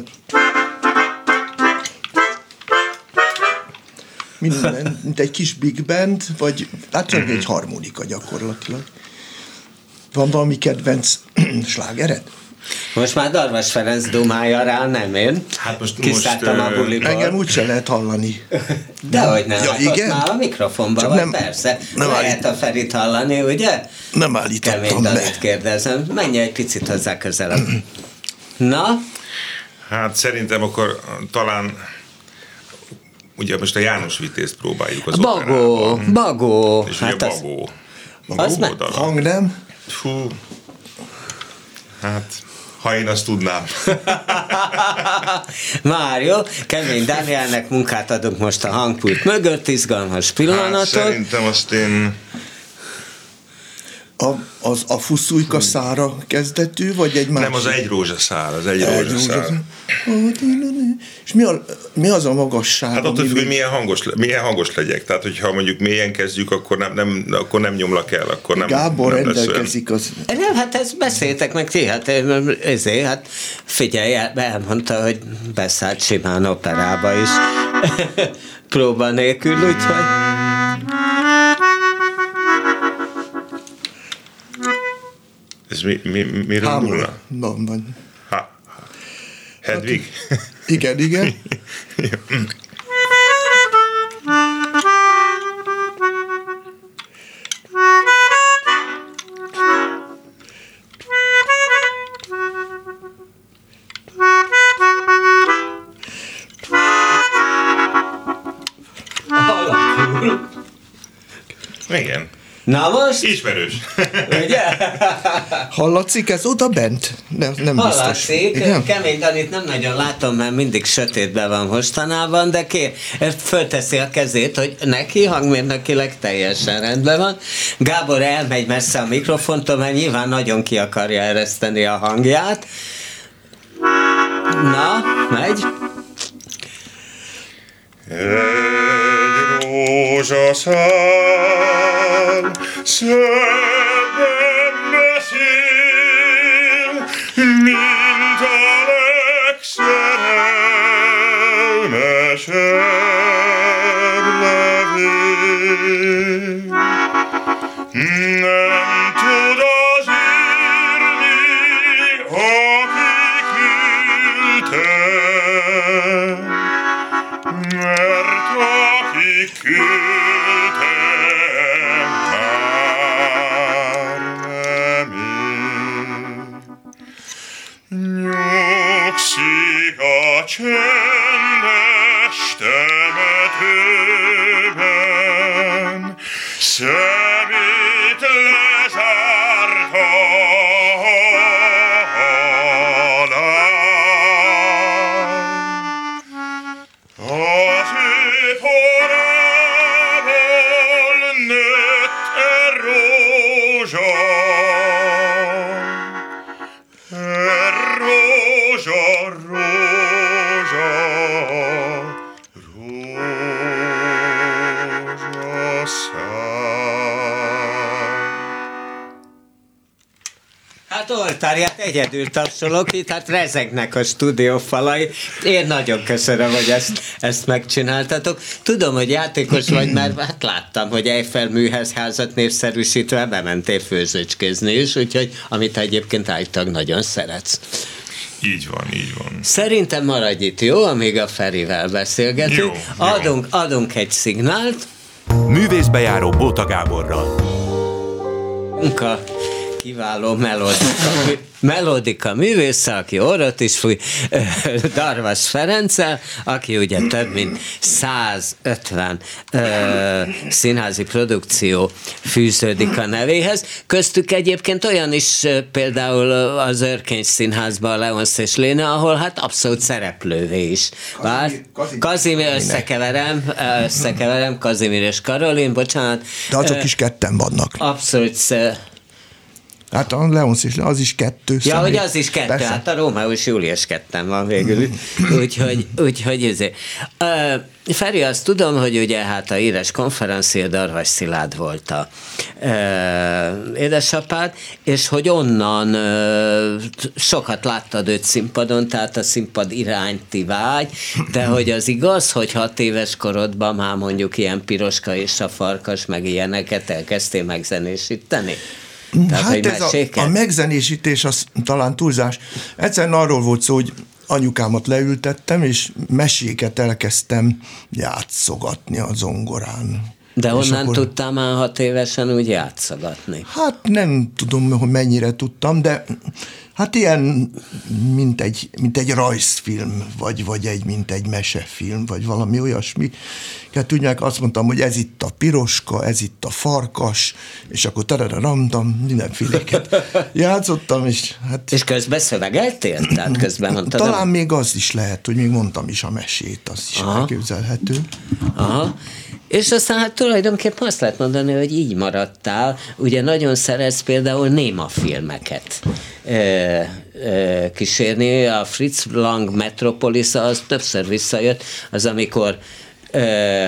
Minden, mint egy kis big band, vagy hát csak egy harmonika gyakorlatilag. Van valami kedvenc slágered? Most már Darvas Ferenc dumája rá, nem én? Hát most, kiszálltam most, a buliból. Engem úgyse lehet hallani. Dehogy nem, Ja, hát igen? ott már a mikrofonban Csak van, nem, persze. nem Lehet állít... a Ferit hallani, ugye? Nem állítottam Kemény be. Danit kérdezem. Menj egy picit hozzá közelebb. Na? Hát szerintem akkor talán ugye most a János Vitézt próbáljuk az Bagó, operában. Bagó. És Hát ugye az... Bagó. Az Bagó me- Hang nem? Fú, hát ha én azt tudnám. Már jó, Kemény Dánielnek munkát adunk most a hangpult mögött, izgalmas pillanatok. Hát szerintem azt én... A, az a fuszújka szára kezdetű, vagy egy másik? Nem, az egy rózsaszál, az egy, egy rózsaszál. És mi, a, mi az a magasság? Hát attól függ, hogy milyen hangos, milyen hangos legyek. Tehát, hogyha mondjuk mélyen kezdjük, akkor nem, nem, akkor nem nyomlak el, akkor nem. Gábor nem rendelkezik az... Nem, hát ezt beszéltek meg ti, hát ezért, hát figyelj, elmondta, hogy beszállt simán operába is. Próba nélkül, úgyhogy... Ez mi, mi, miről Hámol. Van, van. Ha, ha. Hedvig? Hát, igen, igen. Igen. Na most? Ismerős. Ugye? Hallatszik ez oda bent? Nem, nem biztos. Hallatszik, Igen? Kemény Danit nem nagyon látom, mert mindig sötétben van mostanában, de kér, fölteszi a kezét, hogy neki hangmérnökileg teljesen rendben van. Gábor elmegy messze a mikrofontól, mert nyilván nagyon ki akarja ereszteni a hangját. Na, megy. Egy rózsaszál szebben beszél, mint a legszerelmesebb levél. Nem tud az írni, aki küldte, mert aki küldte már tetőben, szemét lezárta halál. Az ő porából nőtte rózsa, rózsa, rózsa, Hát oltárját egyedül tapsolok itt, hát rezegnek a stúdió falai. Én nagyon köszönöm, hogy ezt, ezt megcsináltatok. Tudom, hogy játékos vagy, mert hát láttam, hogy Eiffel műházat népszerűsítve bementél főzőcskézni is, úgyhogy amit egyébként állítólag nagyon szeretsz. Így van, így van. Szerintem maradj itt, jó, amíg a Ferivel beszélgetünk. Jó, jó. Adunk, adunk egy szignált. Művészbejáró Bóta Gáborral. Munka kiváló melodika, melodika művésze, aki orrot is fúj, Darvas Ferenccel, aki ugye több mint százötven ö, színházi produkció fűződik a nevéhez. Köztük egyébként olyan is, például az Örkény Színházban a Leonsz és Léna, ahol hát abszolút szereplővé is vált. Kazimír, összekeverem, összekeverem, Kazimír és Karolin, bocsánat. De azok is ketten vannak. Abszolút. Hát a Leonsz is, az is kettő. Ja, személy. hogy az is kettő, persze. Hát a Rómeó és Július ketten van végül. Úgyhogy, úgyhogy ezért. Uh, Feri, azt tudom, hogy ugye hát a híres konferencié Darvas Szilárd volt a uh, édesapád, és hogy onnan uh, sokat láttad őt színpadon, tehát a színpad iránti vágy, de hogy az igaz, hogy hat éves korodban már mondjuk ilyen Piroska és a Farkas, meg ilyeneket elkezdtél megzenésíteni? Tehát, hát ez a, a megzenésítés az talán túlzás. Egyszerűen arról volt szó, hogy anyukámat leültettem, és meséket elkezdtem játszogatni a zongorán. De honnan akkor, tudtál már hat évesen úgy játszogatni? Hát nem tudom, hogy mennyire tudtam, de hát ilyen, mint egy, mint egy rajzfilm, vagy, vagy egy, mint egy mesefilm, vagy valami olyasmi. Hát tudják, azt mondtam, hogy ez itt a Piroska, ez itt a Farkas, és akkor tarararamtam, mindenféléket játszottam, és hát... És közben szövegeltél? Tehát közben mondtad? Talán a... még az is lehet, hogy még mondtam is a mesét, az is Aha. elképzelhető. Aha. És aztán hát tulajdonképpen azt lehet mondani, hogy így maradtál. Ugye nagyon szeretsz például néma filmeket ö, ö, kísérni. A Fritz Lang Metropolis az többször visszajött, az amikor ö,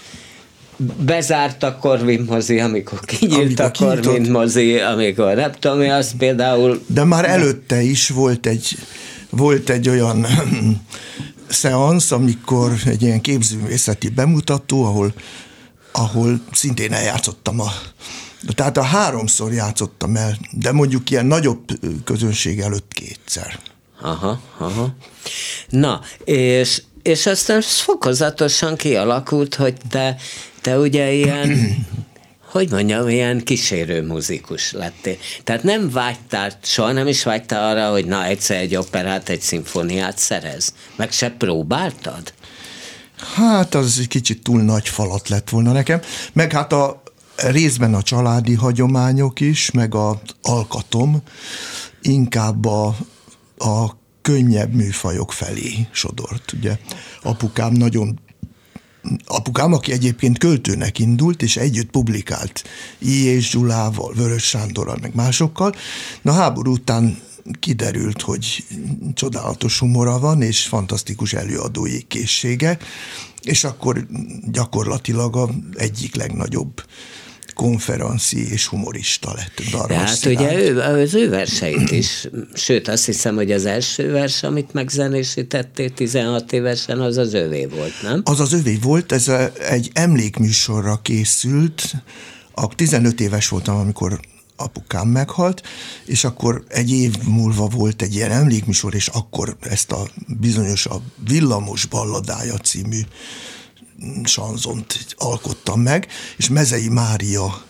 bezárt a Corvin mozi, amikor kinyílt a Corvin mozi, amikor nem tudom, az például... De már előtte is volt egy, volt egy olyan... szeansz, amikor egy ilyen képzőművészeti bemutató, ahol, ahol szintén eljátszottam a... Tehát a háromszor játszottam el, de mondjuk ilyen nagyobb közönség előtt kétszer. Aha, aha. Na, és, és aztán fokozatosan kialakult, hogy te, te ugye ilyen... hogy mondjam, ilyen kísérő muzikus lettél. Tehát nem vágytál, soha nem is vágytál arra, hogy na egyszer egy operát, egy szimfóniát szerez. Meg se próbáltad? Hát az egy kicsit túl nagy falat lett volna nekem. Meg hát a részben a családi hagyományok is, meg a alkatom inkább a, a könnyebb műfajok felé sodort. Ugye apukám nagyon Apukám, aki egyébként költőnek indult, és együtt publikált I. és Gyulával, Vörös Sándorral, meg másokkal. Na, háború után kiderült, hogy csodálatos humora van, és fantasztikus előadói készsége, és akkor gyakorlatilag a egyik legnagyobb konferenci és humorista lett. Darvas hát Szilárd. ugye ő, az ő verseit is, sőt azt hiszem, hogy az első vers, amit megzenésítettél tizenhat évesen, az az övé volt, nem? Az az övé volt, ez a, egy emlékműsorra készült, a tizenöt éves voltam, amikor apukám meghalt, és akkor egy év múlva volt egy ilyen emlékműsor, és akkor ezt a bizonyos a Villamos balladája című sanzont alkottam meg, és Mezei Mária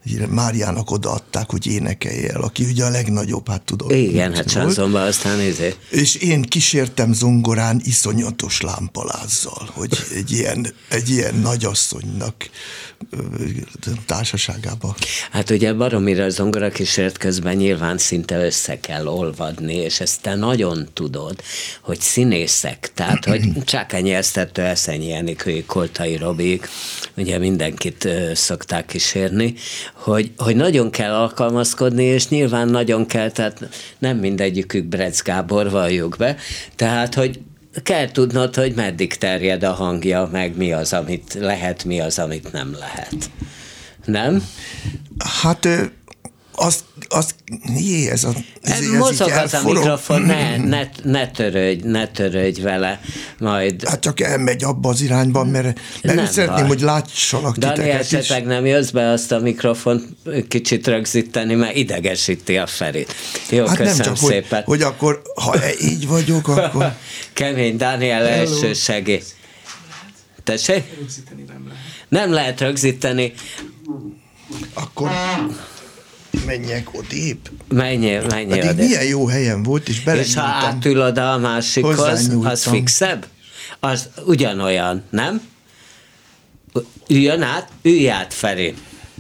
Máriának odaadták, hogy énekelje el, aki ugye a legnagyobb, hát tudod. Igen, hát Sansonban aztán izé. És én kísértem zongorán iszonyatos lámpalázzal, hogy egy ilyen, egy ilyen nagyasszonynak társaságában. Hát ugye baromira a zongora kísérlet közben nyilván szinte össze kell olvadni, és ezt te nagyon tudod, hogy színészek, tehát hogy Csákányi Esztertől Eszenyi Enikőig, Koltai Robig, ugye mindenkit szokták kísérni, hogy, hogy nagyon kell alkalmazkodni, és nyilván nagyon kell, tehát nem mindegyikük Brecz Gábor, valljuk be, tehát, hogy kell tudnod, hogy meddig terjed a hangja, meg mi az, amit lehet, mi az, amit nem lehet. Nem? Hát azt, azt jé, ez a... Ez, ez mozog az a mikrofon, ne, ne, ne, törődj, ne törődj vele, majd... Hát csak elmegy abba az irányban, mert, mert szeretném, hogy látsalak Dani, titeket is. esetleg nem jössz be azt a mikrofont kicsit rögzíteni, mert idegesíti a Ferit. Jó, hát köszönöm nem csak, szépen. Hogy, hogy akkor, ha így vagyok, akkor... Kemény Dániel első segély. Tessék? Rögzíteni nem lehet. Nem lehet rögzíteni. Akkor... menjek odébb. Menjél, menjél Pedig odébb. milyen jó helyen volt, és belenyúltam. És ha átül oda a másikhoz, az fixebb? Az ugyanolyan, nem? Üljön át, ülj át, Feri.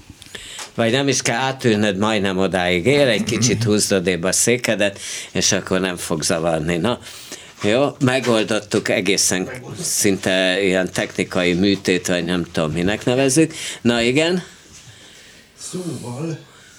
Vagy nem is kell átülnöd, majdnem odáig ér, egy kicsit húzd odébb a székedet, és akkor nem fog zavarni. Na, jó, megoldottuk egészen szinte ilyen technikai műtét, vagy nem tudom, minek nevezzük. Na igen? Szóval...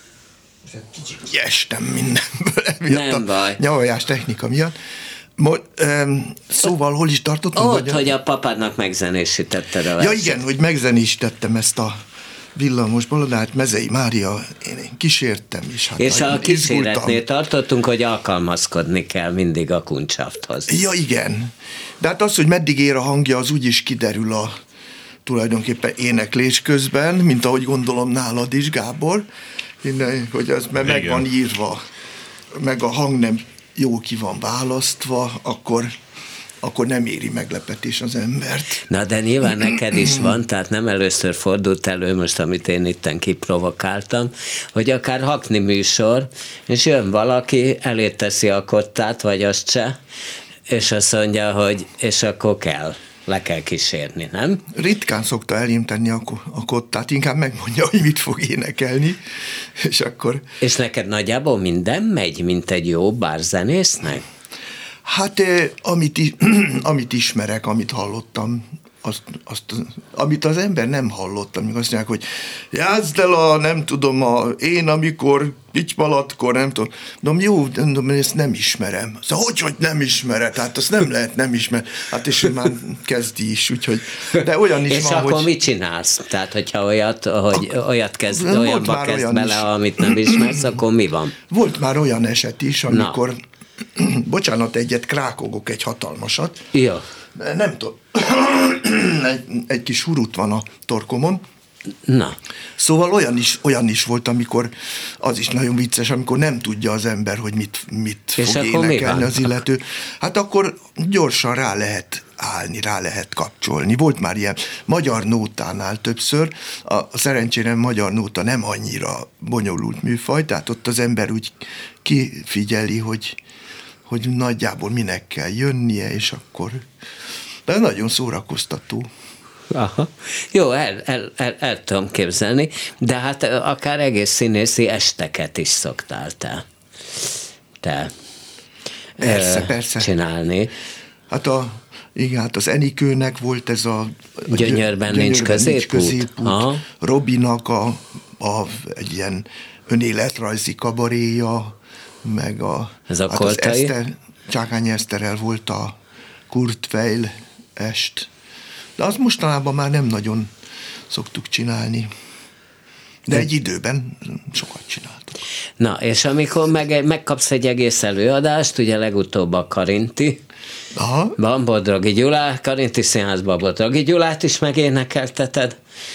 kicsit ijestem mindenből. Nem baj. Nyavajás technika miatt. Mo- um, szóval hol is tartottam? Ott, hogy, hogy a papádnak megzenésítetted a Ja igen, hogy megzenésítettem ezt a villamos baladát, Mezei Mária, én kísértem is. Hát és a kíséretnél tartottunk, hogy alkalmazkodni kell mindig a kuncshafthoz. Ja igen, de hát az, hogy meddig ér a hangja, az úgyis kiderül a tulajdonképpen éneklés közben, mint ahogy gondolom nálad is, Gábor, Minden, hogy az meg, meg van írva, meg a hang nem jó ki van választva, akkor, akkor nem éri meglepetés az embert. Na, de nyilván neked is van, tehát nem először fordult elő most, amit én itten kiprovokáltam, hogy akár hakni műsor, és jön valaki, elé teszi a kottát, vagy azt se, és azt mondja, hogy és akkor kell. Le kell kísérni, nem? Ritkán szokta elém tenni a, a kottát, inkább megmondja, hogy mit fog énekelni, és akkor... És neked nagyjából minden megy, mint egy jó bárzenésznek? Hát, amit, amit ismerek, amit hallottam, azt, azt, amit az ember nem hallott, amikor azt mondják, hogy játszd el a, nem tudom, a, én amikor pitypalatkor, nem tudom, de jó, de ezt nem ismerem. Szóval hogy, hogy nem ismered? Hát azt nem lehet nem ismer. Hát és ő már kezdi is, úgyhogy, de olyan is és van, akkor hogy... mit csinálsz? Tehát, hogyha olyat, hogy olyat kezd, olyanba kezd bele, is. Amit nem ismersz, akkor mi van? Volt már olyan eset is, amikor, bocsánat, egyet krákogok, egy hatalmasat. Jó. Nem tudom, egy, egy kis hurut van a torkomon. Na. Szóval olyan is, olyan is volt, amikor az is nagyon vicces, amikor nem tudja az ember, hogy mit, mit fog énekelni az illető. Hát akkor gyorsan rá lehet állni, rá lehet kapcsolni. Volt már ilyen magyar nótánál többször, a, a szerencsére magyar nóta nem annyira bonyolult műfaj, tehát ott az ember úgy kifigyeli, hogy hogy nagyjából minek kell jönnie, és akkor... De nagyon szórakoztató. Aha. Jó, el, el, el, el tudom képzelni, de hát akár egész színészi esteket is szoktál te, te persze, ö, persze. csinálni. Hát, a, igen, hát az Enikőnek volt ez a... a Gyönyörben, gyönyörben nincs középút. Nincs középút. Robinak a, a, egy ilyen önéletrajzi kabaréja, meg a... Ez a hát Koltai? Az Eszter, Csákányi Eszterrel volt a Kurt Weill est. De az mostanában már nem nagyon szoktuk csinálni. De egy időben sokat csináltuk. Na, és amikor meg, megkapsz egy egész előadást, ugye legutóbb a Karinti, aha. Van Bodrogi Gyulá, Karinti Színházban Bodrogi Gyulát is megénekelteted,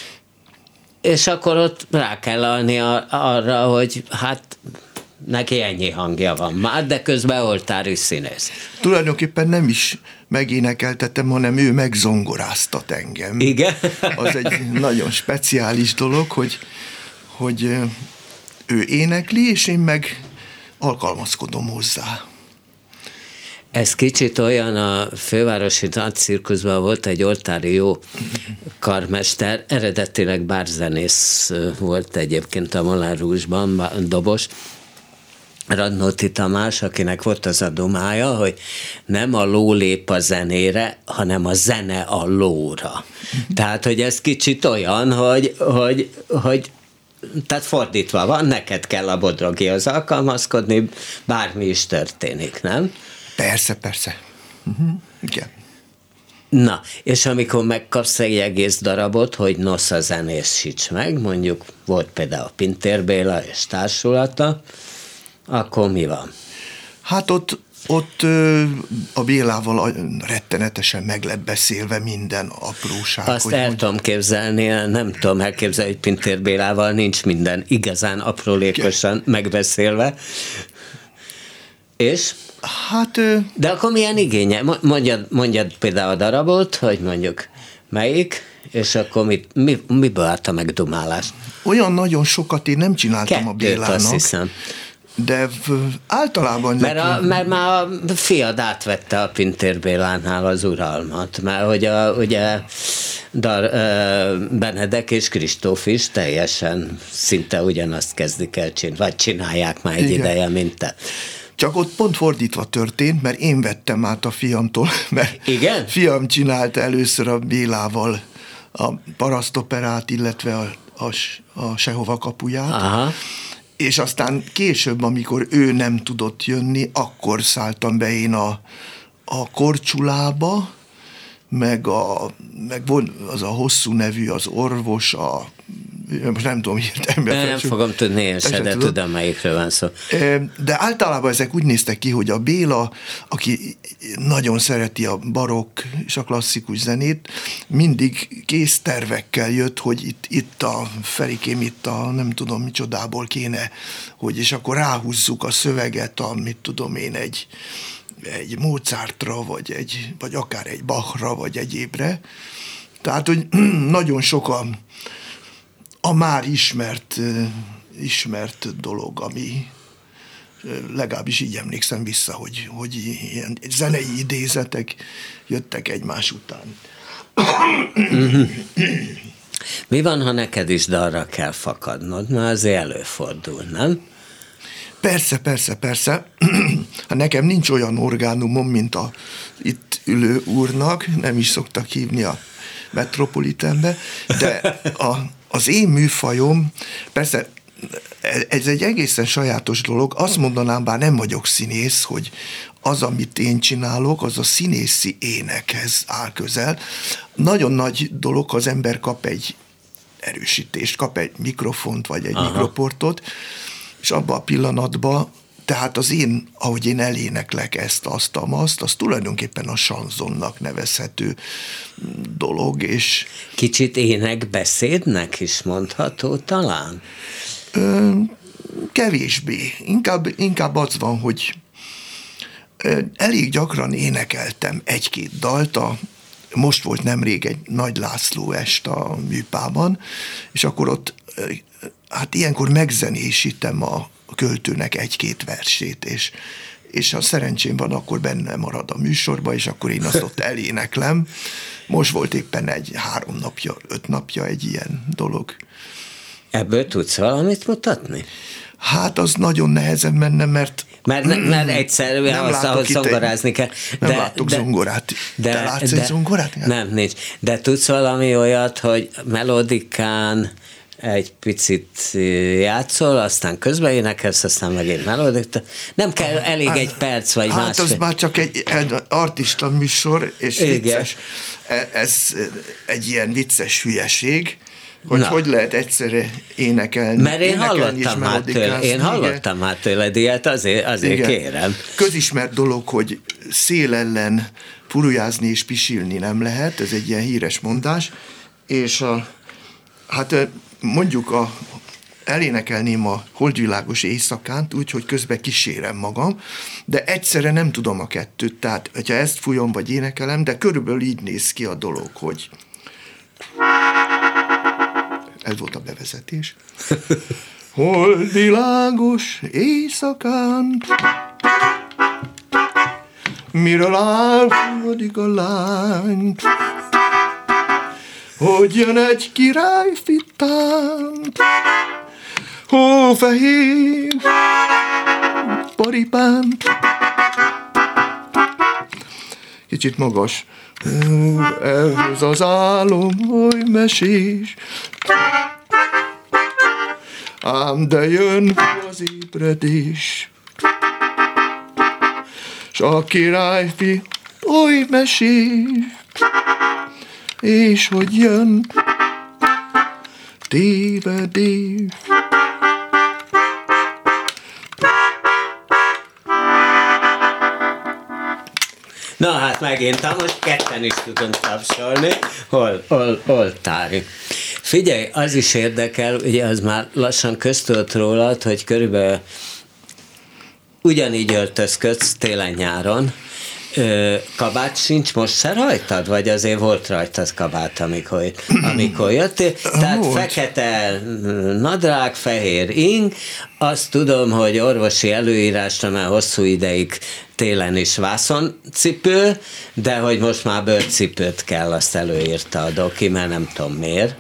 és akkor ott rá kell állni arra, hogy hát neki ennyi hangja van már, de közben oltári színész. Tulajdonképpen nem is megénekeltetem, hanem ő megzongoráztat engem. Igen? Az egy nagyon speciális dolog, hogy, hogy ő énekli, és én meg alkalmazkodom hozzá. Ez kicsit olyan, a fővárosi nagycirkuszban volt egy oltári jó karmester, eredetileg bárzenész volt egyébként a Moulin Rouge-ban, dobos, Radnóti Tamás, akinek volt az a dumája, hogy nem a ló lép a zenére, hanem a zene a lóra. Tehát, hogy ez kicsit olyan, hogy, hogy, hogy tehát fordítva van, neked kell a Bodrogihoz alkalmazkodni, bármi is történik, nem? Persze, persze. Uh-huh. Igen. Na, és amikor megkapsz egy egész darabot, hogy nosza zenészíts meg, mondjuk volt például Pintér Béla és társulata, akkor mi van? Hát ott, ott a Bélával rettenetesen meg lett beszélve minden apróság. Azt el hogy... tudom képzelni, nem tudom elképzelni, hogy Pintér Bélával nincs minden igazán aprólékosan megbeszélve. És? Hát... De akkor milyen igénye? Mondjad, mondjad például a darabot, hogy mondjuk melyik, és akkor mit, mi, miből állt a megdumálás? Olyan nagyon sokat én nem csináltam Kettőt, a Bélának. Azt hiszem. De általában... Mert, a, mert már a fiad átvette a Pintér Bélánál az uralmat, mert hogy a, ugye Dar, Benedek és Kristóf is teljesen szinte ugyanazt kezdik el csinálni, vagy csinálják már egy Igen. ideje, mint te. Csak ott pont fordítva történt, mert én vettem át a fiamtól, mert Igen? fiam csinálta először a Bélával a parasztoperát, illetve a, a, a Sehova kapuját. Aha. És aztán később, amikor ő nem tudott jönni, akkor szálltam be én a, a Korcsulába, meg, a, meg volt az a hosszú nevű, az orvos, a most nem tudom hirtelen. Nem, nem fogom tudni én se, de tudom, melyikről van szó. De általában ezek úgy néztek ki, hogy a Béla, aki nagyon szereti a barokk és a klasszikus zenét, mindig kész tervekkel jött, hogy itt, itt a Ferikém, itt a nem tudom micsodából kéne, hogy és akkor ráhúzzuk a szöveget, a mit tudom én, egy, egy Mozartra, vagy, egy, vagy akár egy Bachra, vagy egyébre. Tehát, hogy nagyon sok a a már ismert, ismert dolog, ami legalábbis így emlékszem vissza, hogy, hogy ilyen zenei idézetek jöttek egymás után. Mi van, ha neked is dalra kell fakadnod? Na, azért előfordul, nem? Persze, persze, persze. Nekem nincs olyan orgánumom, mint a itt ülő úrnak, nem is szoktak hívni a Metropolitanbe, de a az én műfajom, persze ez egy egészen sajátos dolog, azt mondanám, bár nem vagyok színész, hogy az, amit én csinálok, az a színészi énekhez áll közel. Nagyon nagy dolog, ha az ember kap egy erősítést, kap egy mikrofont, vagy egy Aha. mikroportot, és abban a pillanatban, tehát az én, ahogy én eléneklek ezt, azt, azt, az tulajdonképpen a sanzonnak nevezhető dolog, és... Kicsit énekbeszédnek is mondható talán? Ö, kevésbé. Inkább, inkább az van, hogy ö, elég gyakran énekeltem egy-két dalt, a, most volt nemrég egy Nagy László est a Műpában, és akkor ott, ö, hát ilyenkor megzenésítem a a költőnek egy-két versét, és, és ha szerencsém van, akkor benne marad a műsorba, és akkor én azt ott eléneklem. Most volt éppen egy három napja, öt napja egy ilyen dolog. Ebből tudsz valamit mutatni? Hát az nagyon nehezen menne, mert... Mert, mert egyszerűen az, ahhoz zongorázni kell. Nem de, látok de, zongorát. De, Te látsz de, egy zongorát? Nem, nincs. De tudsz valami olyat, hogy melodikán egy picit játszol, aztán közben énekelsz, aztán megint melódik. Nem kell, elég egy perc, vagy hát másfél. Hát az már csak egy, egy artista műsor, és Igen. vicces. Ez egy ilyen vicces hülyeség, hogy Na. hogy lehet egyszerre énekelni. Mert én hallottam már tőle, én hallottam már tőled ilyet, azért, azért kérem. Közismert dolog, hogy szél ellen furujázni és pisilni nem lehet, ez egy ilyen híres mondás, és a, hát mondjuk a, elénekelném a Holdvilágos éjszakánt, úgyhogy közben kísérem magam, de egyszerre nem tudom a kettőt, tehát hogyha ezt fújom vagy énekelem, de körülbelül így néz ki a dolog, hogy Ez volt a bevezetés. Hold világos éjszakán, miről álmodik a lány, hogy jön egy király fittánt, hófehér paripánt. Kicsit magas. Ez az álom, oly mesés, ám de jön az ébredés, s a királyfi oly mesés, és hogy jön tévedés. Na hát megint, ha most ketten is tudunk tapsolni, hol, hol, hol tári. Figyelj, az is érdekel, ugye az már lassan köztudott rólad, hogy körülbelül ugyanígy öltözködsz télen-nyáron. Ö, kabát sincs most se rajtad? Vagy azért volt rajtad kabát, amikor, amikor jöttél? Tehát volt. Fekete nadrág, fehér ing. Azt tudom, hogy orvosi előírásra már hosszú ideig télen is vászoncipő, de hogy most már bőrcipőt kell, azt előírta a doki, mert nem tudom miért.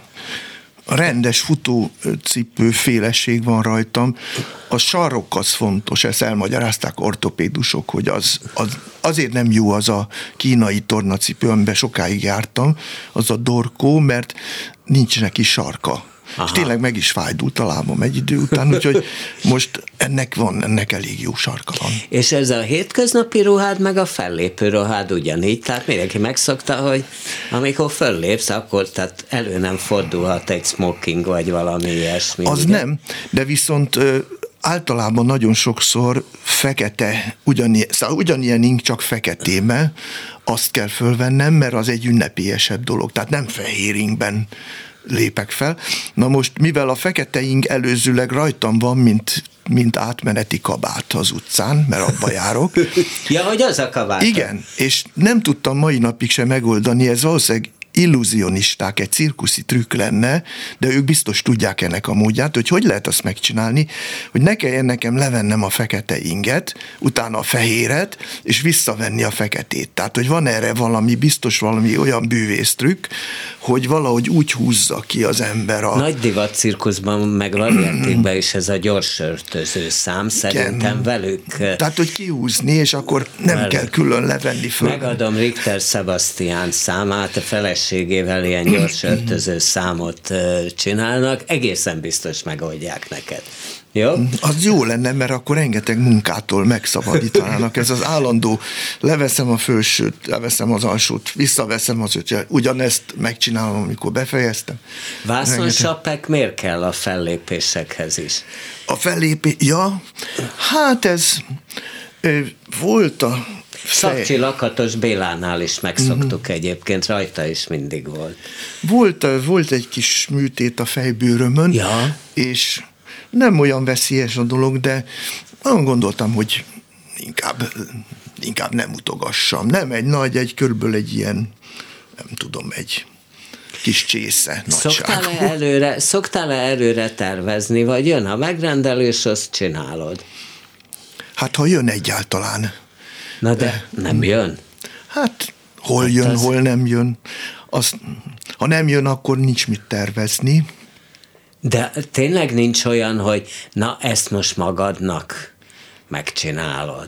A rendes futócipő féleség van rajtam. A sarok az fontos, ezt elmagyarázták ortopédusok, hogy az, az azért nem jó az a kínai tornacipő, amiben sokáig jártam, az a dorkó, mert nincs neki sarka. Aha. És tényleg meg is fájdult a lábam egy idő után, úgyhogy most ennek van, ennek elég jó sarka van. És ez a hétköznapi ruhád, meg a fellépő ruhád ugyanígy, tehát mindenki megszokta, hogy amikor föllépsz, akkor tehát elő nem fordulhat egy smoking, vagy valami ilyesmi. Az ugye? Nem, de viszont általában nagyon sokszor fekete, ugyanilyen, szóval ugyanilyen ing, csak feketébe, azt kell fölvennem, mert az egy ünnepélyesebb dolog, tehát nem fehér ingben lépek fel. Na most, mivel a fekete ing előzőleg rajtam van, mint, mint átmeneti kabát az utcán, mert abba járok. Ja, hogy az a kabát. Igen, és nem tudtam mai napig sem megoldani, ez valószínűleg illúzionisták, egy cirkuszi trükk lenne, de ők biztos tudják ennek a módját, hogy hogy lehet azt megcsinálni, hogy ne kelljen nekem levennem a fekete inget, utána a fehéret, és visszavenni a feketét. Tehát, hogy van erre valami, biztos valami olyan bűvésztrükk, hogy valahogy úgy húzza ki az ember a... Nagy divat cirkuszban, meg variantikben is ez a gyors öltöző szám, szerintem igen. Velük... Tehát, hogy kihúzni, és akkor nem velük. Kell külön levenni föl. Megadom Richter Sebastian számát, a feleségével ilyen gyors öltöző számot csinálnak, egészen biztos megoldják neked. Jó? Az jó lenne, mert akkor rengeteg munkától megszabadítanának. Ez az állandó, leveszem a felsőt, leveszem az alsót, visszaveszem az öt, ugyanezt megcsinálom, amikor befejeztem. Vászonsapek miért kell a fellépésekhez is? A fellépés, ja, hát ez ö, volt a Szakcsi Lakatos Bélánál is megszoktuk uh-huh. egyébként, rajta is mindig volt. Volt, volt egy kis műtét a fejbőrömön, ja. És nem olyan veszélyes a dolog, de olyan gondoltam, hogy inkább, inkább nem utogassam. Nem egy nagy, egy körülbelül egy ilyen, nem tudom, egy kis csésze Szoktál-e előre, szoktál-e előre tervezni, vagy jön a megrendelés, azt csinálod? Hát, ha jön egyáltalán. Na de, de nem jön? Hát, hol hát jön, az... hol nem jön. Azt, ha nem jön, akkor nincs mit tervezni. De tényleg nincs olyan, hogy na, ezt most magadnak megcsinálod.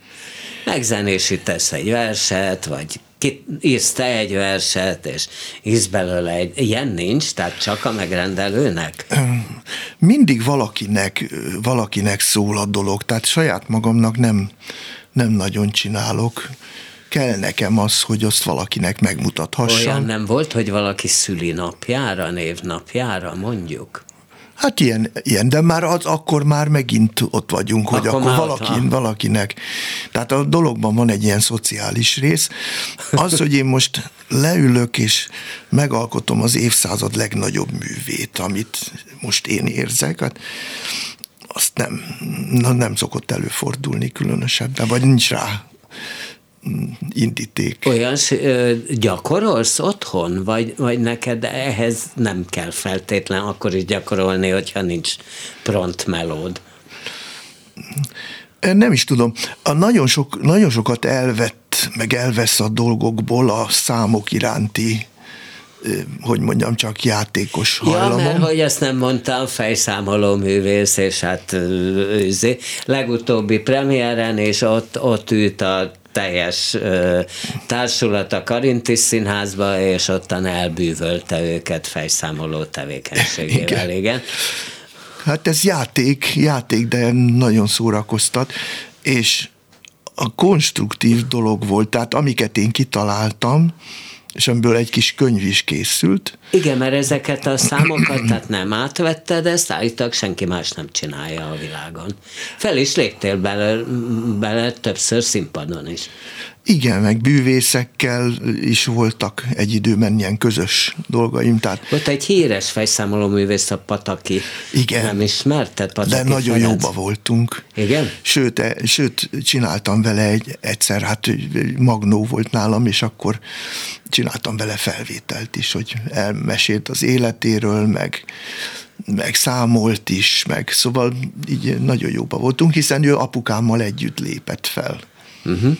Megzenésítesz egy verset, vagy írsz te egy verset, és írsz belőle egy... Ilyen nincs, tehát csak a megrendelőnek? Mindig valakinek, valakinek szól a dolog, tehát saját magamnak nem, nem nagyon csinálok. Kell nekem az, hogy azt valakinek megmutathassam. Olyan nem volt, hogy valaki szülinapjára, névnapjára, mondjuk? Hát ilyen, ilyen, de már az, akkor már megint ott vagyunk, hogy akkor, akkor valakin, valakinek. Tehát a dologban van egy ilyen szociális rész. Az, hogy én most leülök és megalkotom az évszázad legnagyobb művét, amit most én érzek, hát azt nem, nem szokott előfordulni különösebben, vagy nincs rá indíték. Olyan gyakorolsz otthon, vagy, vagy neked ehhez nem kell feltétlen akkor is gyakorolni, hogyha nincs prompt melód? Nem is tudom. A nagyon, sok, nagyon sokat elvett, meg elvesz a dolgokból a számok iránti, hogy mondjam, csak játékos hajlamom. Ja, mert hogy ezt nem mondtam, fejszámoló művész, és hát őzé. Legutóbbi premiéren, és ott, ott ült a teljes ö, társulat a Karinti Színházba, és ottan elbűvölte őket fejszámoló tevékenységével, igen. igen. Hát ez játék, játék, de nagyon szórakoztat, és a konstruktív dolog volt, tehát amiket én kitaláltam, és amiből egy kis könyv is készült. Igen, mert ezeket a számokat tehát nem átvetted, ezt állítólag senki más nem csinálja a világon. Fel is léptél bele, bele többször színpadon is. Igen, meg bűvészekkel is voltak egy időben ilyen közös dolgaim. Tehát volt egy híres fejszámolóművész, a Pataki. Igen. Nem ismerted? Pataki de nagyon Ferenc. jóba voltunk. Igen? Sőt, sőt, csináltam vele egy, egyszer, hát magnó volt nálam, és akkor csináltam vele felvételt is, hogy elmesélt az életéről, meg, meg számolt is, meg szóval így nagyon jóba voltunk, hiszen ő apukámmal együtt lépett fel. Uh-huh.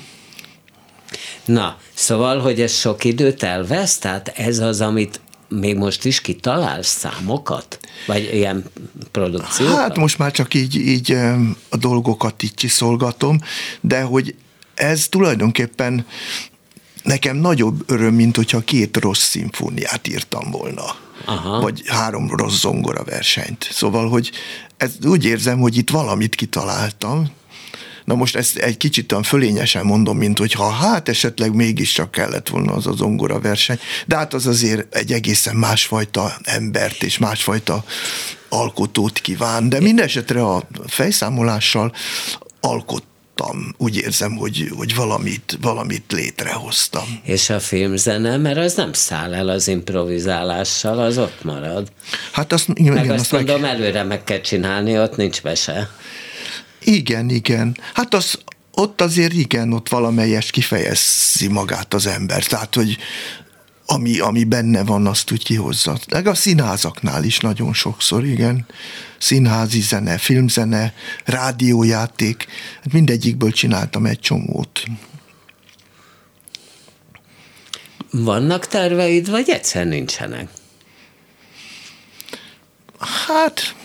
Na, szóval, hogy ez sok időt elvesz, tehát ez az, amit még most is kitalálsz, számokat? Vagy ilyen produkciókat? Hát most már csak így, így a dolgokat így csiszolgatom, de hogy ez tulajdonképpen nekem nagyobb öröm, mint hogyha két rossz szimfóniát írtam volna. Aha. Vagy három rossz zongora versenyt. Szóval, hogy ez, úgy érzem, hogy itt valamit kitaláltam. Na most ezt egy kicsit olyan fölényesen mondom, mint hogyha hát esetleg mégiscsak kellett volna az a zongora verseny, de hát az azért egy egészen másfajta embert és másfajta alkotót kíván, de mindesetre a fejszámolással alkottam. Úgy érzem, hogy, hogy valamit, valamit létrehoztam. És a filmzene, mert az nem száll el az improvizálással, az ott marad. Hát azt, meg igen, azt azt mondom, meg... előre meg kell csinálni, ott nincs mese. Igen, igen. Hát az, ott azért igen, ott valamelyest kifejezi magát az ember. Tehát, hogy ami, ami benne van, azt úgy kihozza. Meg a színházaknál is nagyon sokszor, igen. Színházi zene, filmzene, rádiójáték. Mindegyikből csináltam egy csomót. Vannak terveid, vagy egyszer nincsenek? Hát...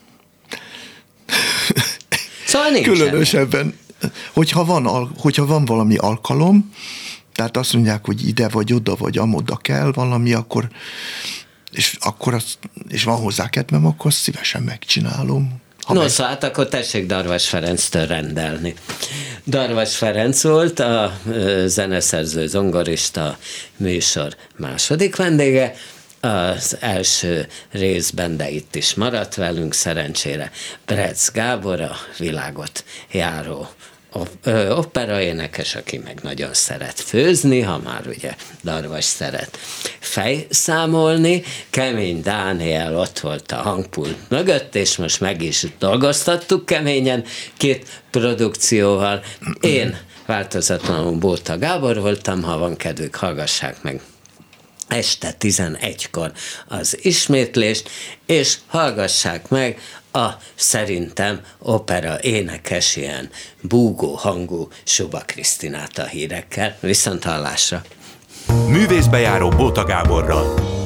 Szóval nincsen. Különösebben, hogyha van, hogyha van valami alkalom, tehát azt mondják, hogy ide vagy oda, vagy amoda kell valami, akkor, és, akkor az, és van hozzá kedvem, akkor azt szívesen megcsinálom. No, meg... szóval hát akkor tessék Darvas Ferenctől rendelni. Darvas Ferenc volt a zeneszerző, zongorista műsor második vendége, az első részben, de itt is maradt velünk szerencsére Bretz Gábor, a világot járó operaénekes, aki meg nagyon szeret főzni, ha már ugye Darvas szeret fejszámolni. Kemény Dániel ott volt a hangpult mögött, és most meg is dolgoztattuk keményen két produkcióval. Én változatlanul Bóta Gábor voltam, ha van kedvük, hallgassák meg este tizenegykor az ismétlést, és hallgassák meg a szerintem opera énekes, ilyen búgó hangú Suba Krisztinát a hírekkel. Viszont hallásra! Művészbejáró Bóta Gáborral.